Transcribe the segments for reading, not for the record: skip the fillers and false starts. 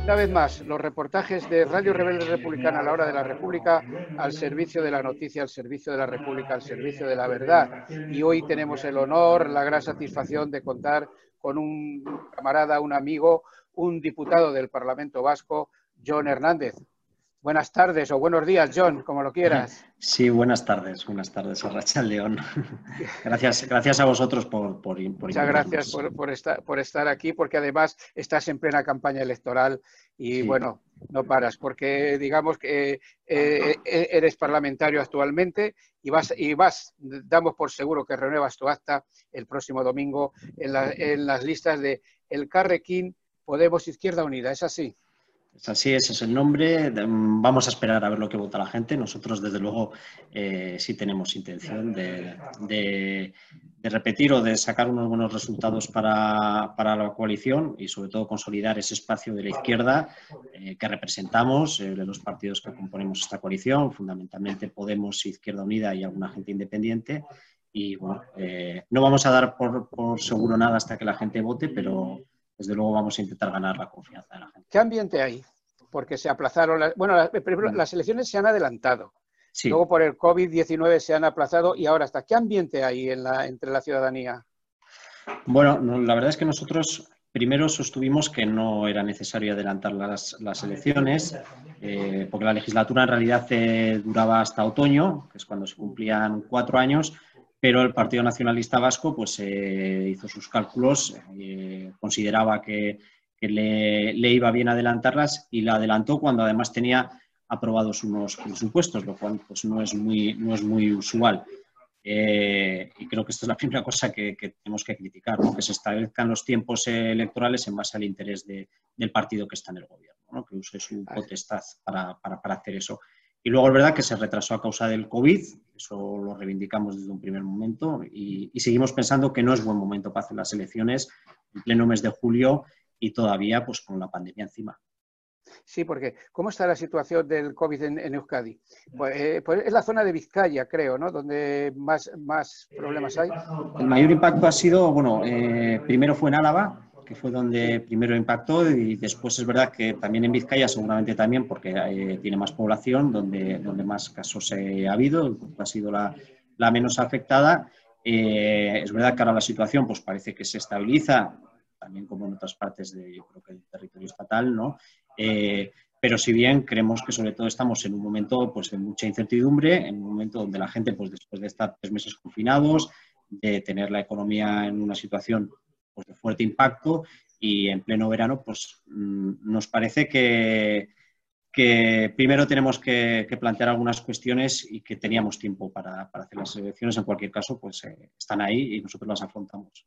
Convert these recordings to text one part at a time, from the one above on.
Una vez más, los reportajes de Radio Rebelde Republicana a la hora de la República, al servicio de la noticia, al servicio de la República, al servicio de la verdad. Y hoy tenemos el honor, la gran satisfacción de contar con un camarada, un amigo, un diputado del Parlamento Vasco, Jon Hernández. Buenas tardes o buenos días, Jon, como lo quieras. Sí, buenas tardes, Arratsaldeon. Gracias a vosotros por Muchas gracias por estar aquí, porque además estás en plena campaña electoral y sí. Bueno, no paras, porque digamos que eres parlamentario actualmente y damos por seguro que renuevas tu acta el próximo domingo en las listas de Elkarrekin Podemos Izquierda Unida, ¿es así? Así es, es el nombre. Vamos a esperar a ver lo que vota la gente. Nosotros, desde luego, sí tenemos intención de repetir o de sacar unos buenos resultados para la coalición y, sobre todo, consolidar ese espacio de la izquierda que representamos, de los partidos que componemos esta coalición, fundamentalmente Podemos, Izquierda Unida y alguna gente independiente. Y, bueno, no vamos a dar por seguro nada hasta que la gente vote, pero desde luego vamos a intentar ganar la confianza de la gente. ¿Qué ambiente hay? Porque se aplazaron, las elecciones se han adelantado, sí. Luego por el COVID-19 se han aplazado y ahora está. ¿Qué ambiente hay entre la ciudadanía? Bueno, la verdad es que nosotros primero sostuvimos que no era necesario adelantar las elecciones, porque la legislatura en realidad duraba hasta otoño, que es cuando se cumplían 4 años, pero el Partido Nacionalista Vasco pues, hizo sus cálculos, consideraba que le iba bien adelantarlas y la adelantó cuando además tenía aprobados unos presupuestos, lo cual pues, no es muy usual. Y creo que esta es la primera cosa que tenemos que criticar, ¿no? Que se establezcan los tiempos electorales en base al interés del partido que está en el gobierno, ¿no? Que use su potestad para hacer eso. Y luego es verdad que se retrasó a causa del COVID, eso lo reivindicamos desde un primer momento y seguimos pensando que no es buen momento para hacer las elecciones en pleno mes de julio y todavía pues con la pandemia encima. Sí, porque ¿cómo está la situación del COVID en Euskadi? Pues es la zona de Vizcaya, creo, ¿no? Donde más problemas hay. El mayor impacto ha sido, bueno, primero fue en Álava, que fue donde primero impactó, y después es verdad que también en Vizcaya, seguramente también, porque tiene más población, donde más casos ha habido, ha sido la menos afectada. Es verdad que ahora la situación pues parece que se estabiliza, también como en otras partes yo creo que del territorio estatal, ¿no? Pero si bien creemos que sobre todo estamos en un momento pues, de mucha incertidumbre, en un momento donde la gente, pues, después de estar 3 meses confinados, de tener la economía en una situación pues, de fuerte impacto y en pleno verano, pues nos parece que primero tenemos que plantear algunas cuestiones y que teníamos tiempo para hacer las elecciones. En cualquier caso, pues están ahí y nosotros las afrontamos.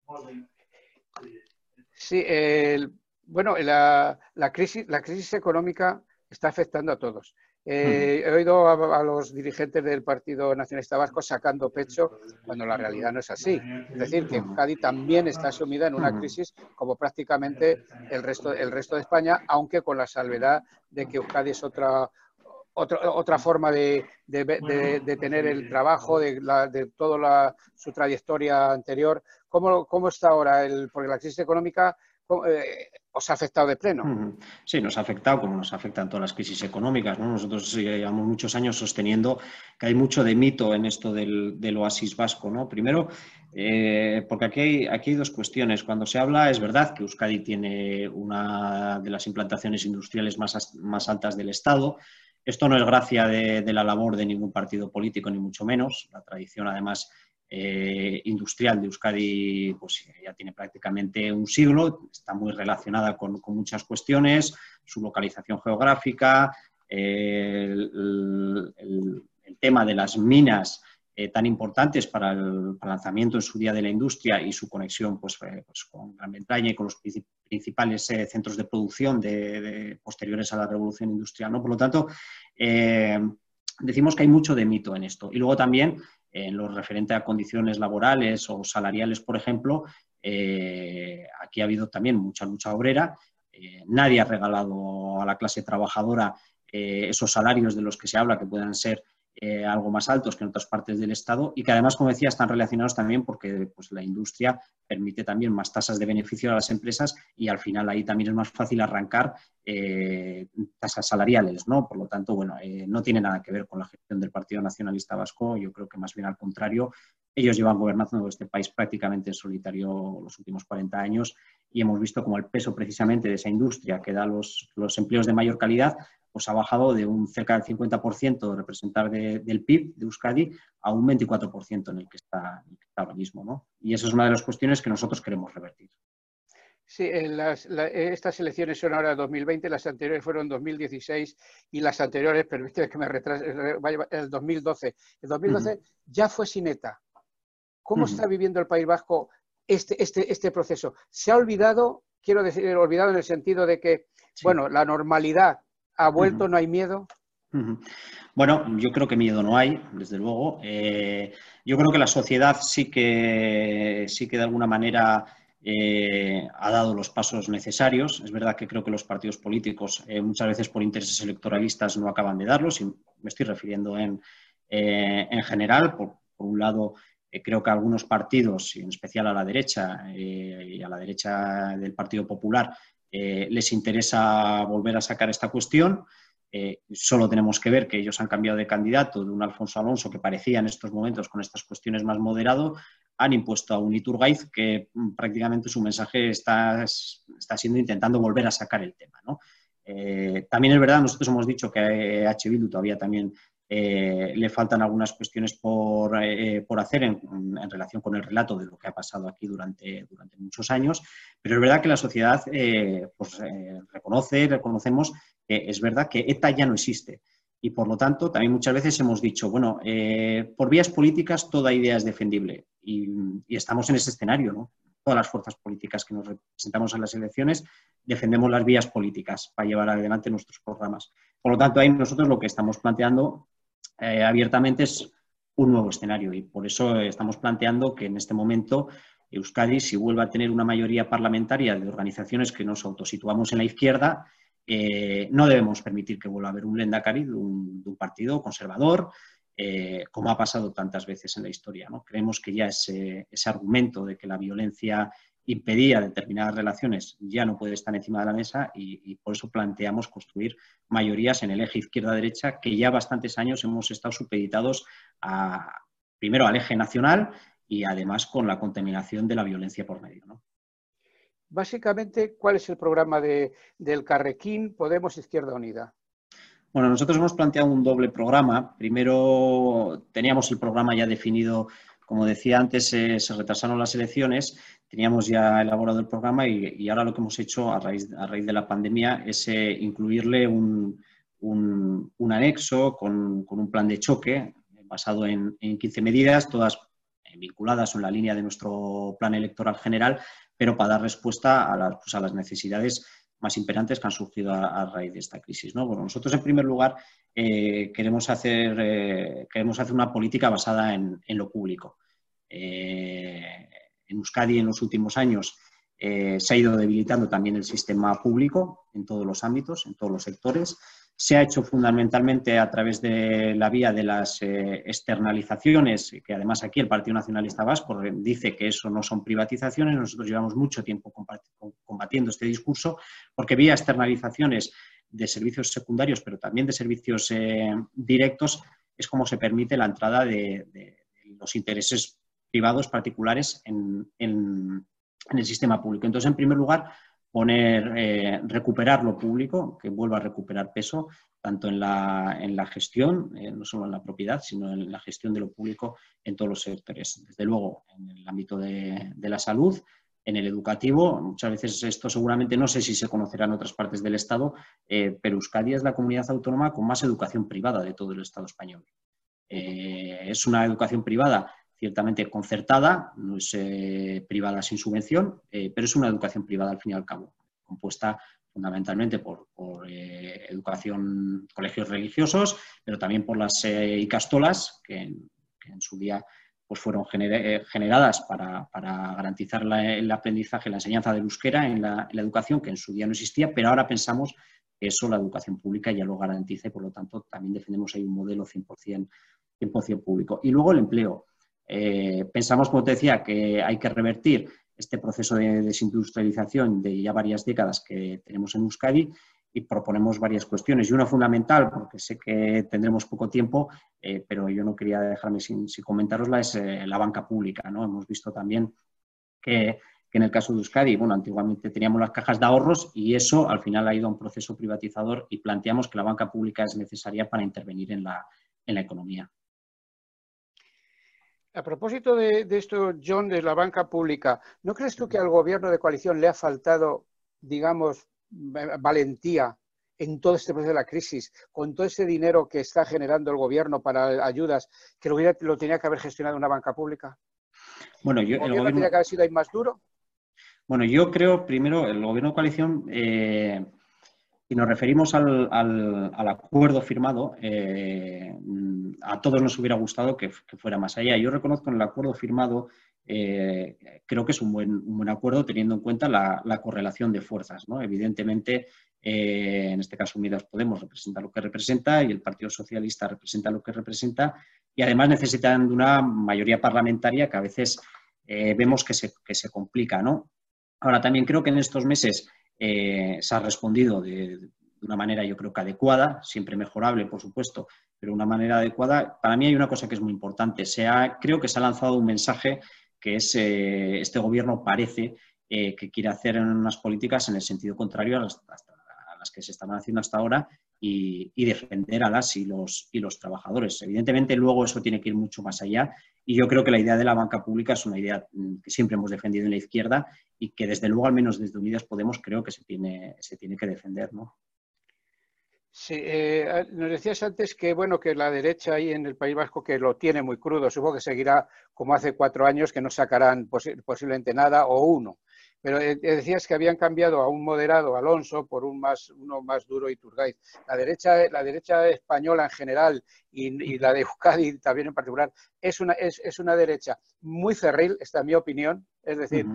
Sí, bueno, la crisis económica está afectando a todos. He oído a los dirigentes del Partido Nacionalista Vasco sacando pecho cuando la realidad no es así. Es decir, que Euskadi también está sumida en una crisis como prácticamente el resto de España, aunque con la salvedad de que Euskadi es otra forma de tener el trabajo, de toda su trayectoria anterior. ¿Cómo está ahora? Porque la crisis económica os ha afectado de pleno. Sí, nos ha afectado como nos afectan todas las crisis económicas, ¿no? Nosotros llevamos muchos años sosteniendo que hay mucho de mito en esto del oasis vasco, ¿no? Primero, porque aquí hay 2 cuestiones. Cuando se habla, es verdad que Euskadi tiene una de las implantaciones industriales más altas del Estado. Esto no es gracia de la labor de ningún partido político, ni mucho menos. La tradición, además, industrial de Euskadi pues ya tiene prácticamente un siglo, está muy relacionada con muchas cuestiones, su localización geográfica, el tema de las minas tan importantes para el lanzamiento en su día de la industria y su conexión pues con Gran Bretaña y con los principales centros de producción posteriores a la revolución industrial, ¿no? Por lo tanto, decimos que hay mucho de mito en esto. Y luego también en lo referente a condiciones laborales o salariales, por ejemplo, aquí ha habido también mucha lucha obrera. Nadie ha regalado a la clase trabajadora esos salarios de los que se habla que puedan ser algo más altos que en otras partes del Estado y que además, como decía, están relacionados también porque pues, la industria permite también más tasas de beneficio a las empresas y al final ahí también es más fácil arrancar tasas salariales, ¿no? Por lo tanto, bueno, no tiene nada que ver con la gestión del Partido Nacionalista Vasco, yo creo que más bien al contrario, ellos llevan gobernando este país prácticamente en solitario los últimos 40 años y hemos visto como el peso precisamente de esa industria que da los empleos de mayor calidad pues ha bajado de un cerca del 50% de representar del PIB de Euskadi a un 24% en el que está ahora mismo, ¿no? Y esa es una de las cuestiones que nosotros queremos revertir. Sí, estas elecciones son ahora 2020, las anteriores fueron 2016 y las anteriores, permíteme que me retrase, el 2012. El 2012 ya fue sin ETA. ¿Cómo está viviendo el País Vasco este proceso? ¿Se ha olvidado, quiero decir, olvidado en el sentido de que, sí, bueno, la normalidad ha vuelto, no hay miedo? Bueno, yo creo que miedo no hay, desde luego. Yo creo que la sociedad sí que de alguna manera ha dado los pasos necesarios. Es verdad que creo que los partidos políticos muchas veces por intereses electoralistas no acaban de darlos, y me estoy refiriendo en general. Por un lado, creo que a algunos partidos, y en especial a la derecha y a la derecha del Partido Popular, les interesa volver a sacar esta cuestión. Solo tenemos que ver que ellos han cambiado de candidato de un Alfonso Alonso que parecía en estos momentos con estas cuestiones más moderado, han impuesto a un Iturgaiz que prácticamente su mensaje está siendo intentando volver a sacar el tema, ¿no? También es verdad, nosotros hemos dicho que a H. Bildu todavía también le faltan algunas cuestiones por hacer en relación con el relato de lo que ha pasado aquí durante muchos años, pero es verdad que la sociedad reconocemos que es verdad que ETA ya no existe y por lo tanto también muchas veces hemos dicho, bueno, por vías políticas toda idea es defendible y estamos en ese escenario, ¿no? Todas las fuerzas políticas que nos representamos en las elecciones defendemos las vías políticas para llevar adelante nuestros programas. Por lo tanto, ahí nosotros lo que estamos planteando abiertamente es un nuevo escenario y por eso estamos planteando que en este momento Euskadi, si vuelve a tener una mayoría parlamentaria de organizaciones que nos autosituamos en la izquierda, no debemos permitir que vuelva a haber un lehendakari de un partido conservador, como ha pasado tantas veces en la historia, ¿no? Creemos que ya ese argumento de que la violencia impedía determinadas relaciones ya no puede estar encima de la mesa y por eso planteamos construir mayorías en el eje izquierda-derecha que ya bastantes años hemos estado supeditados primero al eje nacional y además con la contaminación de la violencia por medio, ¿no? Básicamente, ¿cuál es el programa del Carrequín Podemos Izquierda Unida? Bueno, nosotros hemos planteado un doble programa. Primero teníamos el programa ya definido, como decía antes, se retrasaron las elecciones, teníamos ya elaborado el programa y ahora lo que hemos hecho a raíz de la pandemia es incluirle un anexo con un plan de choque basado en 15 medidas, todas vinculadas en la línea de nuestro plan electoral general, pero para dar respuesta a las necesidades más imperantes que han surgido a raíz de esta crisis, ¿no? Bueno, nosotros en primer lugar queremos hacer una política basada en lo público. En Euskadi en los últimos años se ha ido debilitando también el sistema público en todos los ámbitos, en todos los sectores. Se ha hecho fundamentalmente a través de la vía de las externalizaciones, que además aquí el Partido Nacionalista Vasco dice que eso no son privatizaciones. Nosotros llevamos mucho tiempo combatiendo este discurso, porque vía externalizaciones de servicios secundarios, pero también de servicios directos, es como se permite la entrada de los intereses privados particulares en el sistema público. Entonces, en primer lugar, recuperar lo público, que vuelva a recuperar peso, tanto en la gestión, no solo en la propiedad, sino en la gestión de lo público en todos los sectores. Desde luego, en el ámbito de la salud, en el educativo, muchas veces esto seguramente no sé si se conocerá en otras partes del Estado, pero Euskadi es la comunidad autónoma con más educación privada de todo el Estado español. Es una educación privada ciertamente concertada, no es privada sin subvención, pero es una educación privada al fin y al cabo, compuesta fundamentalmente por educación, colegios religiosos, pero también por las ikastolas, que en su día pues fueron generadas para garantizar el aprendizaje, la enseñanza del euskera en la educación, que en su día no existía, pero ahora pensamos que eso la educación pública ya lo garantiza y, por lo tanto, también defendemos ahí un modelo 100% público. Y luego el empleo. Pensamos, como te decía, que hay que revertir este proceso de desindustrialización de ya varias décadas que tenemos en Euskadi y proponemos varias cuestiones. Y una fundamental, porque sé que tendremos poco tiempo, pero yo no quería dejarme sin comentarosla, es la banca pública, ¿no? Hemos visto también que en el caso de Euskadi, bueno, antiguamente teníamos las cajas de ahorros y eso al final ha ido a un proceso privatizador y planteamos que la banca pública es necesaria para intervenir en la economía. A propósito de esto, John, de la banca pública, ¿no crees tú que al gobierno de coalición le ha faltado, digamos, valentía en todo este proceso de la crisis, con todo ese dinero que está generando el gobierno para ayudas, que lo tenía que haber gestionado una banca pública? Bueno, ¿El gobierno tenía que haber sido ahí más duro? Bueno, yo creo, primero, el gobierno de coalición, si nos referimos al acuerdo firmado, a todos nos hubiera gustado que fuera más allá. Yo reconozco en el acuerdo firmado, creo que es un buen acuerdo teniendo en cuenta la correlación de fuerzas, ¿no? Evidentemente, en este caso Unidas Podemos representa lo que representa y el Partido Socialista representa lo que representa y además necesitan de una mayoría parlamentaria que a veces vemos que se complica, ¿no? Ahora, también creo que en estos meses se ha respondido de una manera, yo creo que adecuada, siempre mejorable, por supuesto, pero una manera adecuada. Para mí hay una cosa que es muy importante. Creo que se ha lanzado un mensaje que es este gobierno parece que quiere hacer unas políticas en el sentido contrario a las que se estaban haciendo hasta ahora y defender a las y los trabajadores. Evidentemente, luego eso tiene que ir mucho más allá y yo creo que la idea de la banca pública es una idea que siempre hemos defendido en la izquierda y que desde luego, al menos desde Unidas Podemos, creo que se tiene que defender, ¿no? Sí, nos decías antes que bueno que la derecha ahí en el País Vasco que lo tiene muy crudo, supongo que seguirá como hace 4 años que no sacarán posiblemente nada o uno. Pero decías que habían cambiado a un moderado Alonso por uno más duro Iturgaiz. La derecha española en general y la de Euskadi también en particular es una derecha muy cerril, esta es mi opinión, es decir,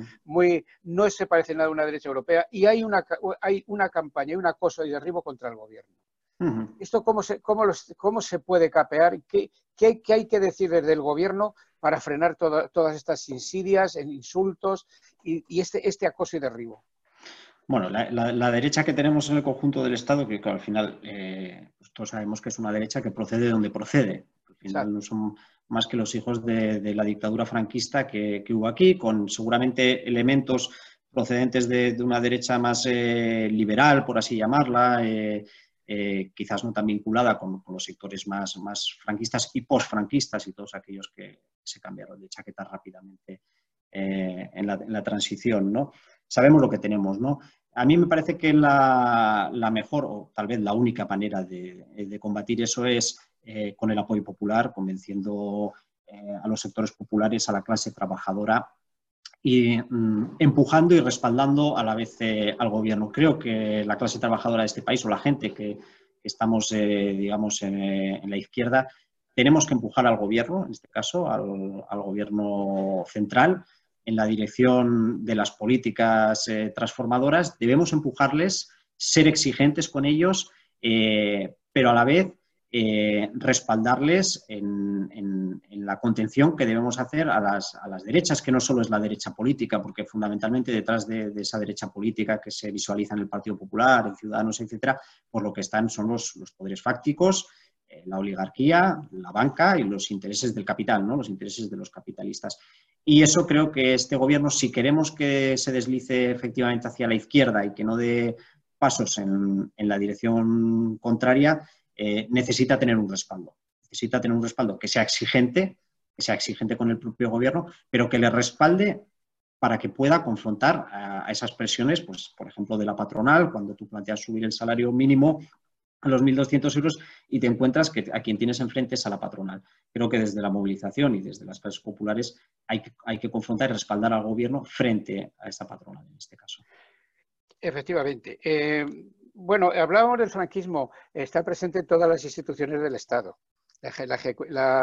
no se parece nada a una derecha europea y hay una campaña y un acoso y derribo contra el gobierno. ¿Esto cómo se puede capear? ¿Qué hay que decir desde el gobierno para frenar todas estas insidias, insultos y este acoso y derribo? Bueno, la derecha que tenemos en el conjunto del Estado, que claro, al final pues todos sabemos que es una derecha que procede de donde procede. Al final no son más que los hijos de la dictadura franquista que hubo aquí, con seguramente elementos procedentes de una derecha más liberal, por así llamarla, quizás no tan vinculada con los sectores más franquistas y posfranquistas y todos aquellos que se cambiaron de chaqueta rápidamente en la transición, ¿no? Sabemos lo que tenemos, ¿no? A mí me parece que la mejor o tal vez la única manera de combatir eso es con el apoyo popular, convenciendo a los sectores populares, a la clase trabajadora y empujando y respaldando a la vez al gobierno. Creo que la clase trabajadora de este país o la gente que estamos, digamos, en la izquierda, tenemos que empujar al gobierno, en este caso al gobierno central, en la dirección de las políticas transformadoras. Debemos empujarles, ser exigentes con ellos, pero a la vez respaldarles en la contención que debemos hacer a las derechas, que no solo es la derecha política, porque fundamentalmente detrás de esa derecha política que se visualiza en el Partido Popular, en Ciudadanos, etcétera, por lo que están son los poderes fácticos, la oligarquía, la banca y los intereses del capital, ¿no? Los intereses de los capitalistas. Y eso creo que este gobierno, si queremos que se deslice efectivamente hacia la izquierda y que no dé pasos en la dirección contraria, necesita tener un respaldo. Necesita tener un respaldo que sea exigente con el propio gobierno, pero que le respalde para que pueda confrontar a esas presiones, pues, por ejemplo, de la patronal, cuando tú planteas subir el salario mínimo a los 1.200 euros y te encuentras que a quien tienes enfrente es a la patronal. Creo que desde la movilización y desde las clases populares hay que confrontar y respaldar al gobierno frente a esa patronal en este caso. Efectivamente. Bueno, hablábamos del franquismo, está presente en todas las instituciones del Estado.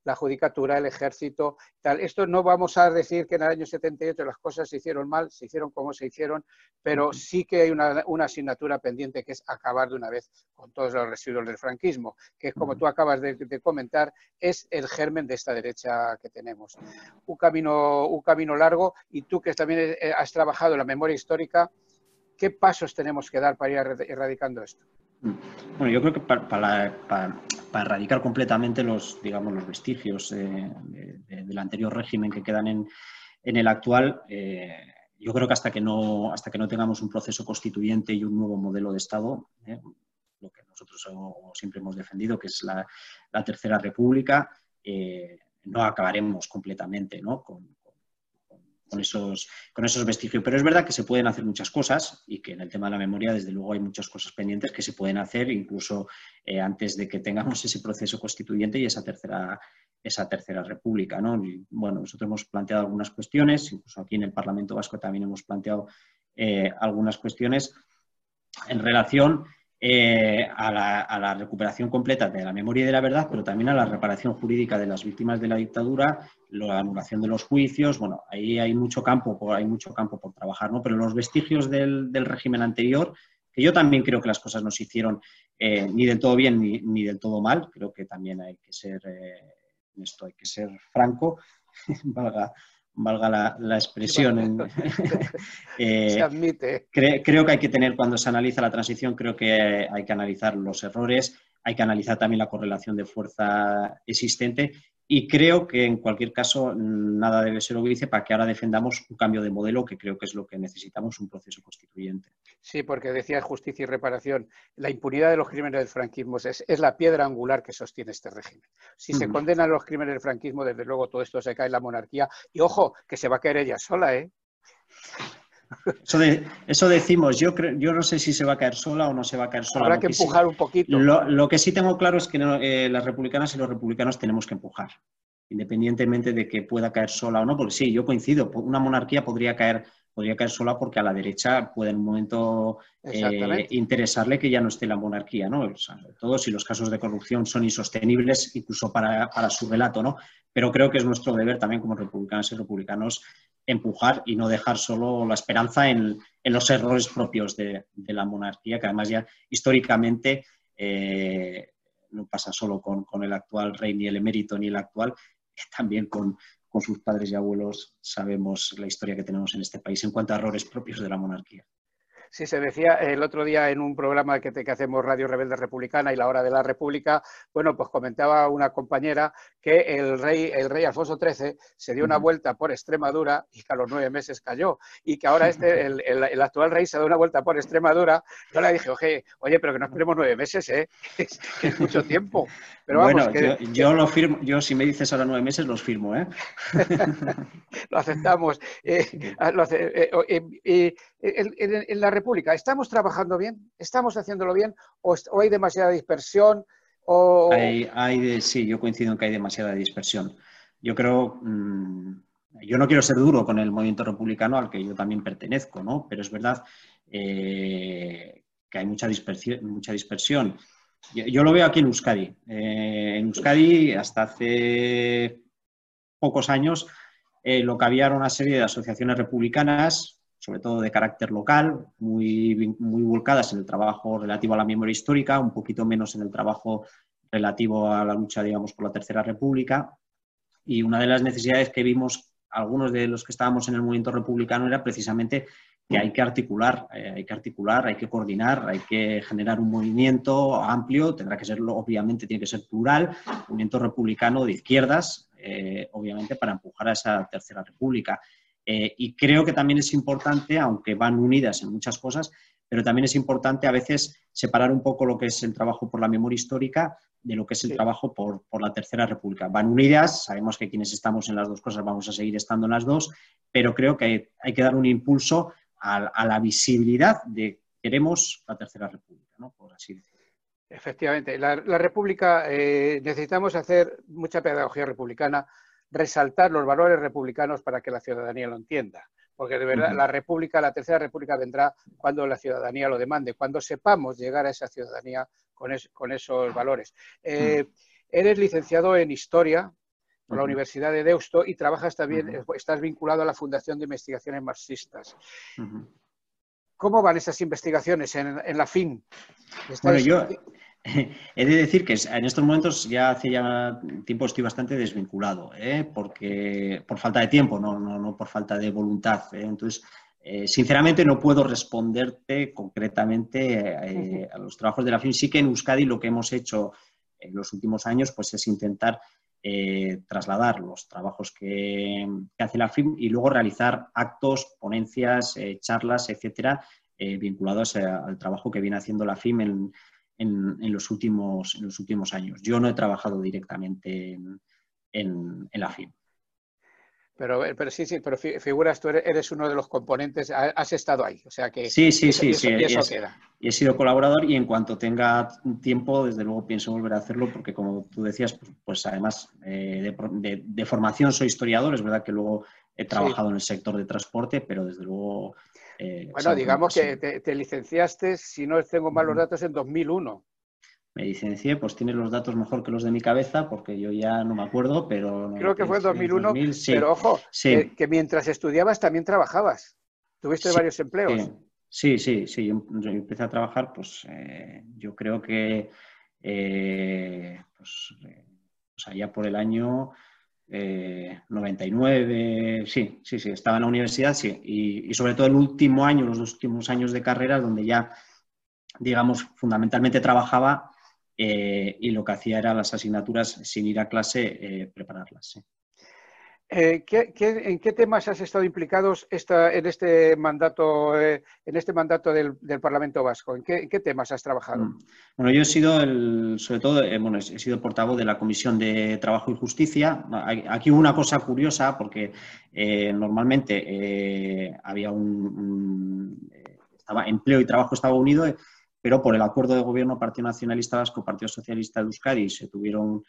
la judicatura, el ejército, tal. Esto no vamos a decir que en el año 78 las cosas se hicieron mal, se hicieron como se hicieron, pero sí que hay una asignatura pendiente, que es acabar de una vez con todos los residuos del franquismo, que es, como tú acabas de comentar, es el germen de esta derecha que tenemos. Un camino largo, y tú que también has trabajado en la memoria histórica, ¿qué pasos tenemos que dar para ir erradicando esto? Bueno, yo creo que para erradicar completamente digamos, los vestigios del anterior régimen que quedan en el actual, yo creo que hasta que no tengamos un proceso constituyente y un nuevo modelo de Estado, lo que nosotros siempre hemos defendido, que es la Tercera República, no acabaremos completamente, ¿no?, con esos vestigios. Pero es verdad que se pueden hacer muchas cosas y que en el tema de la memoria, desde luego, hay muchas cosas pendientes que se pueden hacer incluso antes de que tengamos ese proceso constituyente y esa tercera república, ¿no? Y, bueno, nosotros hemos planteado algunas cuestiones, incluso aquí en el Parlamento Vasco también hemos planteado algunas cuestiones en relación a la recuperación completa de la memoria y de la verdad, pero también a la reparación jurídica de las víctimas de la dictadura, la anulación de los juicios. Bueno, ahí hay mucho campo por trabajar, ¿no? Pero los vestigios del régimen anterior, que yo también creo que las cosas no se hicieron ni del todo bien ni del todo mal, creo que también hay que ser, en esto hay que ser franco, valga la expresión. Se admite. Creo que hay que tener, cuando se analiza la transición, creo que hay que analizar los errores, hay que analizar también la correlación de fuerza existente, y creo que en cualquier caso nada debe ser obvio para que ahora defendamos un cambio de modelo, que creo que es lo que necesitamos, un proceso constituyente. Sí, porque decía justicia y reparación. La impunidad de los crímenes del franquismo es la piedra angular que sostiene este régimen. Si se condenan los crímenes del franquismo, desde luego todo esto se cae en la monarquía. Y ojo, que se va a caer ella sola, ¿eh? Eso decimos. Yo no sé si se va a caer sola o no se va a caer sola. Habrá que empujar un poquito. Lo que sí tengo claro es que las republicanas y los republicanos tenemos que empujar, independientemente de que pueda caer sola o no, porque sí, yo coincido, una monarquía podría caer sola porque a la derecha puede en un momento interesarle que ya no esté la monarquía, ¿no? O sea, sobre todo si los casos de corrupción son insostenibles, incluso para su relato, ¿no? Pero creo que es nuestro deber también como republicanas y republicanos empujar y no dejar solo la esperanza en los errores propios de la monarquía, que además ya históricamente no pasa solo con el actual rey, ni el emérito, ni el actual, también con sus padres y abuelos sabemos la historia que tenemos en este país en cuanto a errores propios de la monarquía. Sí, se decía el otro día en un programa que hacemos Radio Rebelde Republicana y La Hora de la República, bueno, pues comentaba una compañera que el rey Alfonso XIII se dio una vuelta por Extremadura y que a los 9 meses cayó, y que ahora el actual rey se da una vuelta por Extremadura. Yo le dije, oye, pero que no esperemos 9 meses, ¿eh? que es mucho tiempo. Pero vamos, bueno, yo lo firmo, yo si me dices ahora 9 meses los firmo, ¿eh? Lo aceptamos. En la República, ¿estamos trabajando bien? ¿Estamos haciéndolo bien? ¿O hay demasiada dispersión? Sí, yo coincido en que hay demasiada dispersión. Yo creo, yo no quiero ser duro con el movimiento republicano al que yo también pertenezco, ¿no? Pero es verdad que hay mucha dispersión. Yo lo veo aquí en Euskadi. En Euskadi, hasta hace pocos años, lo que había era una serie de asociaciones republicanas, sobre todo de carácter local, muy volcadas en el trabajo relativo a la memoria histórica, un poquito menos en el trabajo relativo a la lucha, digamos, por la Tercera República. Y una de las necesidades que vimos algunos de los que estábamos en el movimiento republicano era precisamente que hay que articular, hay que coordinar, hay que generar un movimiento amplio, tendrá que ser, obviamente, tiene que ser plural, un movimiento republicano de izquierdas, obviamente, para empujar a esa Tercera República. Y creo que también es importante, aunque van unidas en muchas cosas, pero también es importante a veces separar un poco lo que es el trabajo por la memoria histórica de lo que es el trabajo por la Tercera República. Van unidas, sabemos que quienes estamos en las dos cosas vamos a seguir estando en las dos, pero creo que hay que dar un impulso a la visibilidad de queremos la Tercera República, ¿no? Por así decirlo. Efectivamente, la República, necesitamos hacer mucha pedagogía republicana, resaltar los valores republicanos para que la ciudadanía lo entienda. Porque de verdad la Tercera República vendrá cuando la ciudadanía lo demande, cuando sepamos llegar a esa ciudadanía con esos valores. Eres licenciado en Historia, por la Universidad de Deusto y trabajas también, estás vinculado a la Fundación de Investigaciones Marxistas. ¿Cómo van esas investigaciones en la FIN? Bueno, yo he de decir que en estos momentos ya hace ya tiempo estoy bastante desvinculado, porque por falta de tiempo, no por falta de voluntad. Entonces, sinceramente no puedo responderte concretamente a los trabajos de la FIN. Sí que en Euskadi lo que hemos hecho en los últimos años pues, es intentar trasladar los trabajos que hace la FIN y luego realizar actos, ponencias, charlas, etcétera, vinculados al trabajo que viene haciendo la FIM en los últimos años. Yo no he trabajado directamente en la FIM. Pero sí, pero figuras, tú eres uno de los componentes, has estado ahí, o sea que sí. Eso queda. Y he sido colaborador y en cuanto tenga tiempo, desde luego pienso volver a hacerlo porque, como tú decías, pues además de formación soy historiador, es verdad que luego he trabajado en el sector de transporte, pero desde luego... bueno, digamos que te licenciaste, si no tengo mal los datos, en 2001. Me licencié, pues tienes los datos mejor que los de mi cabeza, porque yo ya no me acuerdo, pero... Creo que fue en 2001, 2000, sí, pero ojo, sí. que mientras estudiabas también trabajabas. ¿Tuviste varios empleos? Sí. Yo empecé a trabajar, pues yo creo que pues allá por el año 99, sí, estaba en la universidad, sí, y sobre todo el último año, los 2 últimos años de carrera, donde ya, digamos, fundamentalmente trabajaba y lo que hacía era las asignaturas sin ir a clase, prepararlas. Sí. ¿En qué temas has estado implicados en este mandato del Parlamento Vasco? ¿En qué temas has trabajado? Bueno, yo he sido sobre todo, he sido portavoz de la Comisión de Trabajo y Justicia. Aquí hubo una cosa curiosa porque normalmente había empleo y trabajo estaba unido, pero por el acuerdo de gobierno Partido Nacionalista Vasco, Partido Socialista de Euskadi se tuvieron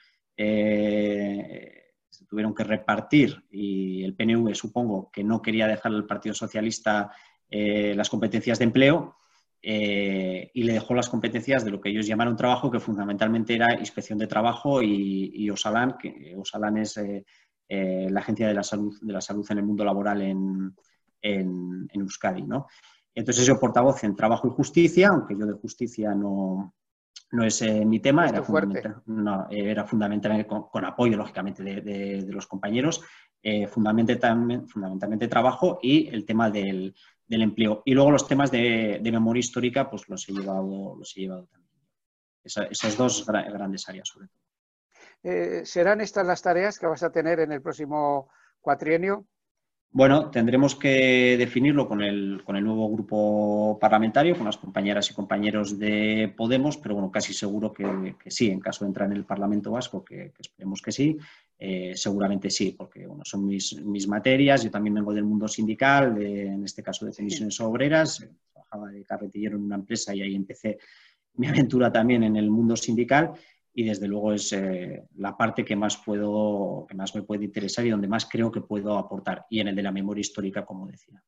que repartir y el PNV supongo que no quería dejar al Partido Socialista las competencias de empleo y le dejó las competencias de lo que ellos llamaron trabajo, que fundamentalmente era inspección de trabajo y Osalan, que Osalan es la agencia de la salud en el mundo laboral en Euskadi, ¿no? Entonces yo portavoz en trabajo y justicia, aunque yo de justicia no es mi tema, era fundamentalmente con apoyo, lógicamente, de los compañeros, fundamentalmente trabajo y el tema del empleo. Y luego los temas de memoria histórica, pues los he llevado también. Esas dos grandes áreas, sobre todo. ¿Serán estas las tareas que vas a tener en el próximo cuatrienio? Bueno, tendremos que definirlo con el nuevo grupo parlamentario, con las compañeras y compañeros de Podemos, pero bueno, casi seguro que sí, en caso de entrar en el Parlamento Vasco, que esperemos que sí, seguramente sí, porque bueno, son mis materias, yo también vengo del mundo sindical, en este caso de comisiones obreras, trabajaba de carretillero en una empresa y ahí empecé mi aventura también en el mundo sindical. Y desde luego es la parte que más me puede interesar y donde más creo que puedo aportar, y en el de la memoria histórica, como decía.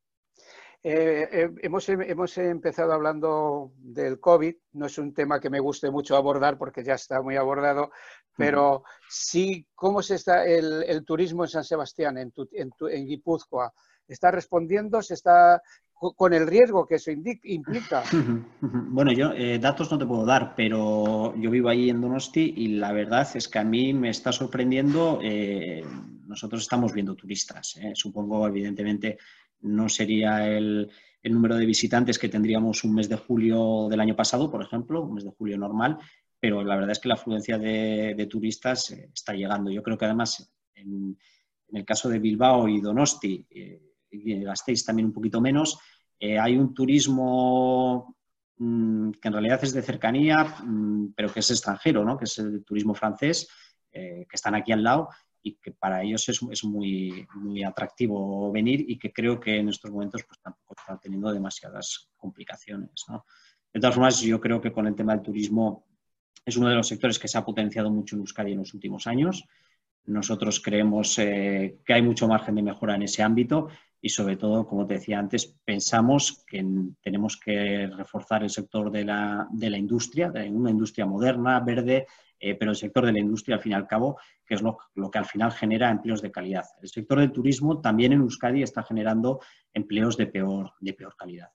Hemos empezado hablando del COVID, no es un tema que me guste mucho abordar porque ya está muy abordado, pero sí, ¿cómo se está el turismo en San Sebastián, en Guipúzcoa? ¿Está respondiendo? ¿Se está con el riesgo que eso implica? Bueno, yo datos no te puedo dar, pero yo vivo ahí en Donosti y la verdad es que a mí me está sorprendiendo. Nosotros estamos viendo turistas. Supongo, evidentemente, no sería el número de visitantes que tendríamos un mes de julio del año pasado, por ejemplo, un mes de julio normal, pero la verdad es que la afluencia de turistas está llegando. Yo creo que además en el caso de Bilbao y Donosti, y Gasteiz también un poquito menos, hay un turismo que en realidad es de cercanía, pero que es extranjero, ¿no? Que es el turismo francés, que están aquí al lado y que para ellos es muy, muy atractivo venir y que creo que en estos momentos pues, tampoco está teniendo demasiadas complicaciones, ¿no? De todas formas, yo creo que con el tema del turismo es uno de los sectores que se ha potenciado mucho en Euskadi en los últimos años. Nosotros creemos que hay mucho margen de mejora en ese ámbito y, sobre todo, como te decía antes, pensamos que tenemos que reforzar el sector de la industria, de una industria moderna, verde, pero el sector de la industria, al fin y al cabo, que es lo que al final genera empleos de calidad. El sector del turismo también en Euskadi está generando empleos de peor calidad.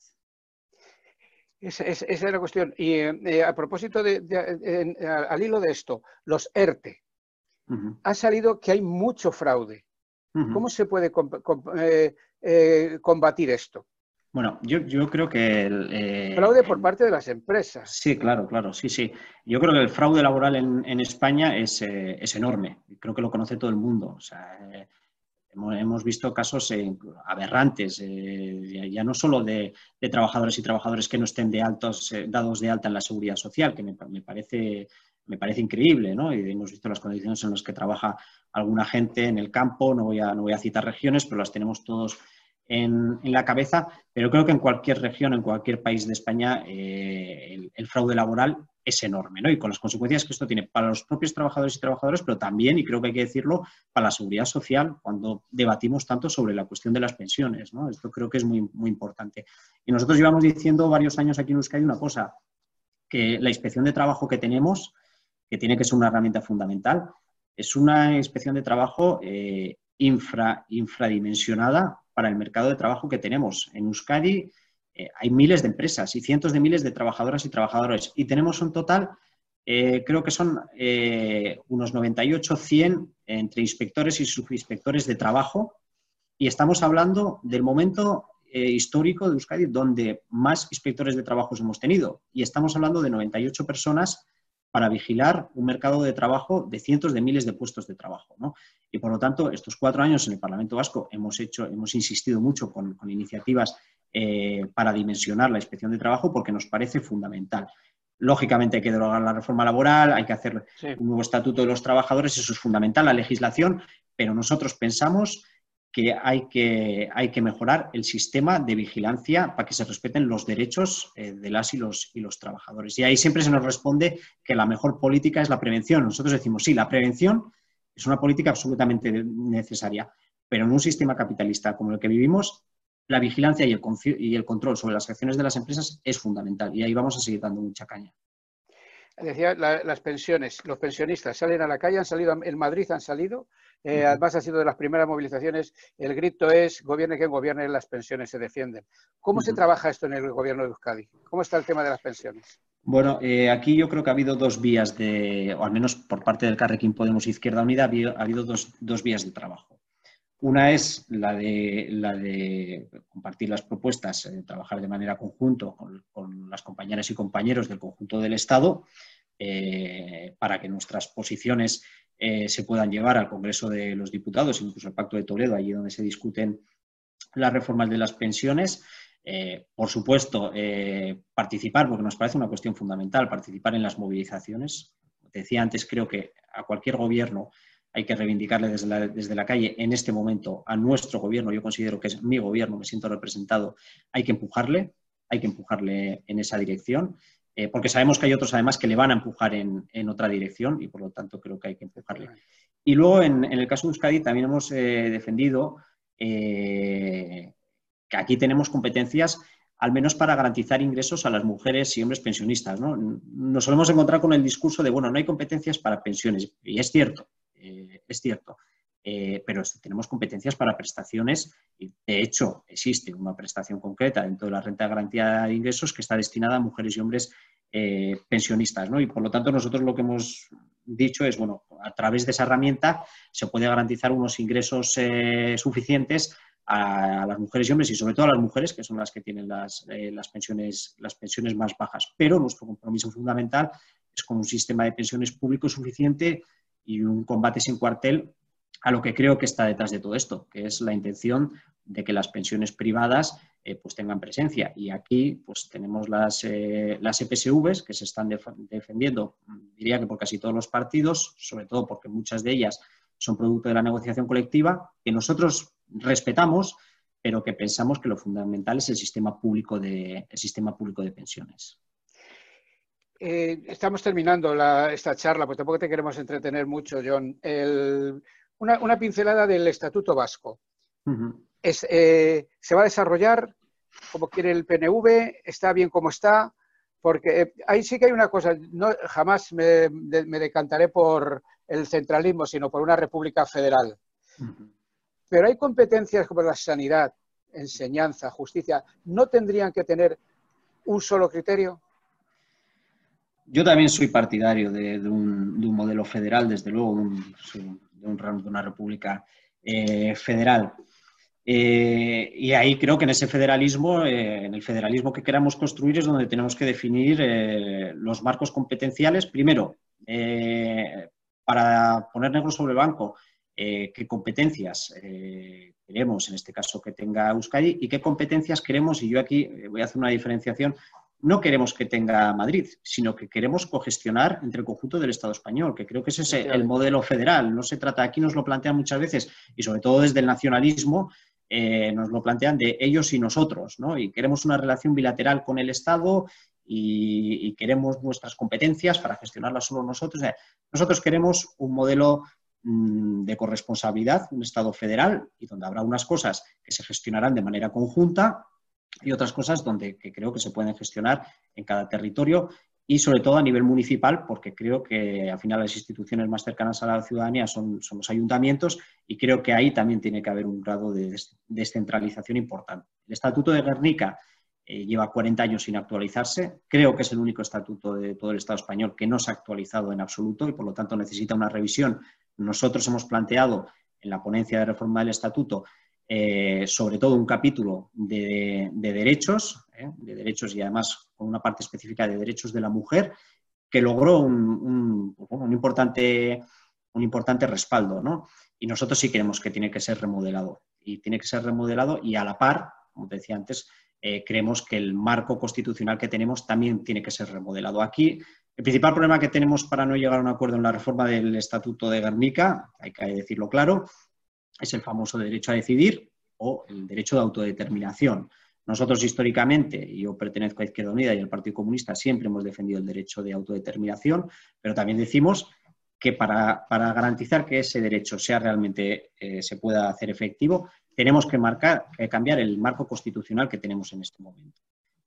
Esa es la cuestión. Y a propósito, al hilo de esto, los ERTE, ha salido que hay mucho fraude. ¿Cómo se puede combatir esto? Bueno, yo creo que... fraude por parte de las empresas. Sí, claro, sí, sí. Yo creo que el fraude laboral en España es enorme. Creo que lo conoce todo el mundo. O sea, hemos visto casos aberrantes, ya no solo de trabajadores y trabajadoras que no estén dados de alta en la seguridad social, que me parece increíble, ¿no? Y hemos visto las condiciones en las que trabaja alguna gente en el campo, no voy a citar regiones, pero las tenemos todos en la cabeza, pero creo que en cualquier región, en cualquier país de España, el fraude laboral es enorme, ¿no? Y con las consecuencias que esto tiene para los propios trabajadores y trabajadoras, pero también, y creo que hay que decirlo, para la seguridad social, cuando debatimos tanto sobre la cuestión de las pensiones, ¿no? Esto creo que es muy, muy importante. Y nosotros llevamos diciendo varios años aquí en Euskadi una cosa, que la inspección de trabajo que tenemos, que tiene que ser una herramienta fundamental, es una inspección de trabajo infradimensionada para el mercado de trabajo que tenemos. En Euskadi hay miles de empresas y cientos de miles de trabajadoras y trabajadores y tenemos un total, creo que son unos 98, 100 entre inspectores y subinspectores de trabajo y estamos hablando del momento histórico de Euskadi donde más inspectores de trabajo hemos tenido y estamos hablando de 98 personas para vigilar un mercado de trabajo de cientos de miles de puestos de trabajo, ¿no? Y por lo tanto, estos 4 años en el Parlamento Vasco hemos insistido mucho con iniciativas para dimensionar la inspección de trabajo porque nos parece fundamental. Lógicamente hay que derogar la reforma laboral, hay que hacer un nuevo estatuto de los trabajadores, eso es fundamental, la legislación, pero nosotros pensamos que hay que mejorar el sistema de vigilancia para que se respeten los derechos de las y los trabajadores. Y ahí siempre se nos responde que la mejor política es la prevención. Nosotros decimos, sí, la prevención es una política absolutamente necesaria, pero en un sistema capitalista como el que vivimos, la vigilancia y el control sobre las acciones de las empresas es fundamental y ahí vamos a seguir dando mucha caña. Decía, las pensiones, los pensionistas salen a la calle, han salido, en Madrid han salido, además ha sido de las primeras movilizaciones, el grito es, gobierne quien gobierne, las pensiones se defienden. ¿Cómo se trabaja esto en el gobierno de Euskadi? ¿Cómo está el tema de las pensiones? Bueno, aquí yo creo que ha habido dos vías o al menos por parte del Carrequín Podemos Izquierda Unida, ha habido dos vías de trabajo. Una es la de compartir las propuestas, trabajar de manera conjunta con las compañeras y compañeros del conjunto del Estado para que nuestras posiciones se puedan llevar al Congreso de los Diputados, incluso al Pacto de Toledo, allí donde se discuten las reformas de las pensiones. Por supuesto, participar, porque nos parece una cuestión fundamental, participar en las movilizaciones. Como te decía antes, creo que a cualquier gobierno hay que reivindicarle desde la calle en este momento a nuestro gobierno, yo considero que es mi gobierno, me siento representado, hay que empujarle en esa dirección, porque sabemos que hay otros además que le van a empujar en otra dirección y por lo tanto creo que hay que empujarle. Y luego en el caso de Euskadi también hemos defendido que aquí tenemos competencias al menos para garantizar ingresos a las mujeres y hombres pensionistas, ¿no? Nos solemos encontrar con el discurso de, bueno, no hay competencias para pensiones, y es cierto, pero tenemos competencias para prestaciones y de hecho existe una prestación concreta dentro de la renta de garantía de ingresos que está destinada a mujeres y hombres pensionistas, ¿no? Y por lo tanto nosotros lo que hemos dicho es, bueno, a través de esa herramienta se puede garantizar unos ingresos suficientes a las mujeres y hombres y sobre todo a las mujeres que son las que tienen las pensiones más bajas, pero nuestro compromiso fundamental es con un sistema de pensiones público suficiente y un combate sin cuartel a lo que creo que está detrás de todo esto, que es la intención de que las pensiones privadas pues tengan presencia. Y aquí pues tenemos las EPSVs que se están defendiendo, diría que por casi todos los partidos, sobre todo porque muchas de ellas son producto de la negociación colectiva, que nosotros respetamos, pero que pensamos que lo fundamental es el sistema público de pensiones. Estamos terminando esta charla, pues tampoco te queremos entretener mucho, John. Una pincelada del Estatuto Vasco. ¿Se va a desarrollar como quiere el PNV? ¿Está bien como está? Porque ahí sí que hay una cosa, no, jamás me decantaré por el centralismo, sino por una república federal. Pero hay competencias como la sanidad, enseñanza, justicia, ¿no tendrían que tener un solo criterio? Yo también soy partidario de un modelo federal, desde luego, de una república federal. Y ahí creo que en ese federalismo, en el federalismo que queramos construir, es donde tenemos que definir los marcos competenciales. Primero, para poner negro sobre blanco, qué competencias queremos, en este caso, que tenga Euskadi y qué competencias queremos, y yo aquí voy a hacer una diferenciación. No queremos que tenga Madrid, sino que queremos cogestionar entre el conjunto del Estado español, que creo que ese es el modelo federal. No se trata, aquí nos lo plantean muchas veces, y sobre todo desde el nacionalismo, nos lo plantean de ellos y nosotros, ¿no? Y queremos una relación bilateral con el Estado y queremos nuestras competencias para gestionarlas solo nosotros. O sea, nosotros queremos un modelo de corresponsabilidad, un Estado federal, y donde habrá unas cosas que se gestionarán de manera conjunta y otras cosas que creo que se pueden gestionar en cada territorio y sobre todo a nivel municipal, porque creo que al final las instituciones más cercanas a la ciudadanía son los ayuntamientos y creo que ahí también tiene que haber un grado de descentralización importante. El Estatuto de Gernika lleva 40 años sin actualizarse, creo que es el único estatuto de todo el Estado español que no se ha actualizado en absoluto y por lo tanto necesita una revisión. Nosotros hemos planteado en la ponencia de reforma del estatuto sobre todo un capítulo de derechos y además con una parte específica de derechos de la mujer que logró un importante respaldo, ¿no? Y nosotros sí creemos que tiene que ser remodelado y a la par, como te decía antes, creemos que el marco constitucional que tenemos también tiene que ser remodelado. Aquí el principal problema que tenemos para no llegar a un acuerdo en la reforma del Estatuto de Gernika, hay que decirlo claro, es el famoso derecho a decidir o el derecho de autodeterminación. Nosotros históricamente, y yo pertenezco a Izquierda Unida y al Partido Comunista, siempre hemos defendido el derecho de autodeterminación, pero también decimos que para garantizar que ese derecho sea realmente se pueda hacer efectivo, tenemos que cambiar el marco constitucional que tenemos en este momento.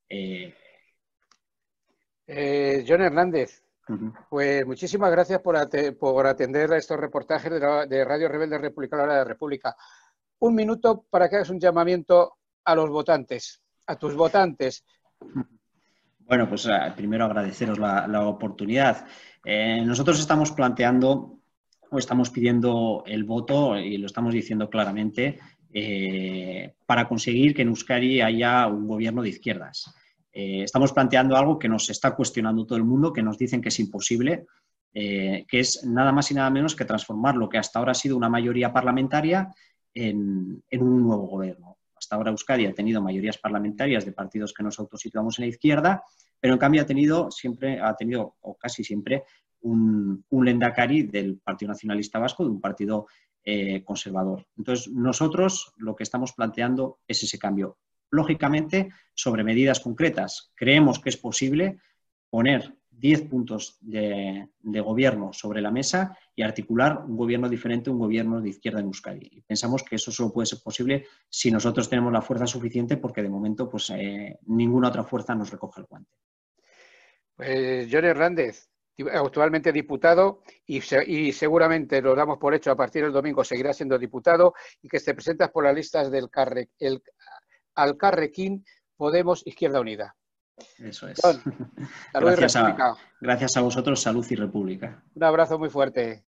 Jon Hernández, pues muchísimas gracias por atender a estos reportajes de Radio Rebelde Republicana, la República. Un minuto para que hagas un llamamiento a los votantes, a tus votantes. Bueno, pues primero agradeceros la oportunidad. Nosotros estamos planteando o estamos pidiendo el voto, y lo estamos diciendo claramente, para conseguir que en Euskadi haya un gobierno de izquierdas. Estamos planteando algo que nos está cuestionando todo el mundo, que nos dicen que es imposible, que es nada más y nada menos que transformar lo que hasta ahora ha sido una mayoría parlamentaria en un nuevo gobierno. Hasta ahora Euskadi ha tenido mayorías parlamentarias de partidos que nos autosituamos en la izquierda, pero en cambio ha tenido o casi siempre un lehendakari del Partido Nacionalista Vasco, de un partido conservador. Entonces, nosotros lo que estamos planteando es ese cambio. Lógicamente, sobre medidas concretas. Creemos que es posible poner 10 puntos de gobierno sobre la mesa y articular un gobierno diferente, un gobierno de izquierda en Euskadi. Y pensamos que eso solo puede ser posible si nosotros tenemos la fuerza suficiente, porque de momento pues, ninguna otra fuerza nos recoge el guante. Pues Jon Hernández, actualmente diputado y seguramente lo damos por hecho a partir del domingo seguirá siendo diputado y que te presentas por las listas del Alcarrequín Podemos Izquierda Unida. Eso es. Jon, salud y república. Gracias a vosotros, salud y república. Un abrazo muy fuerte.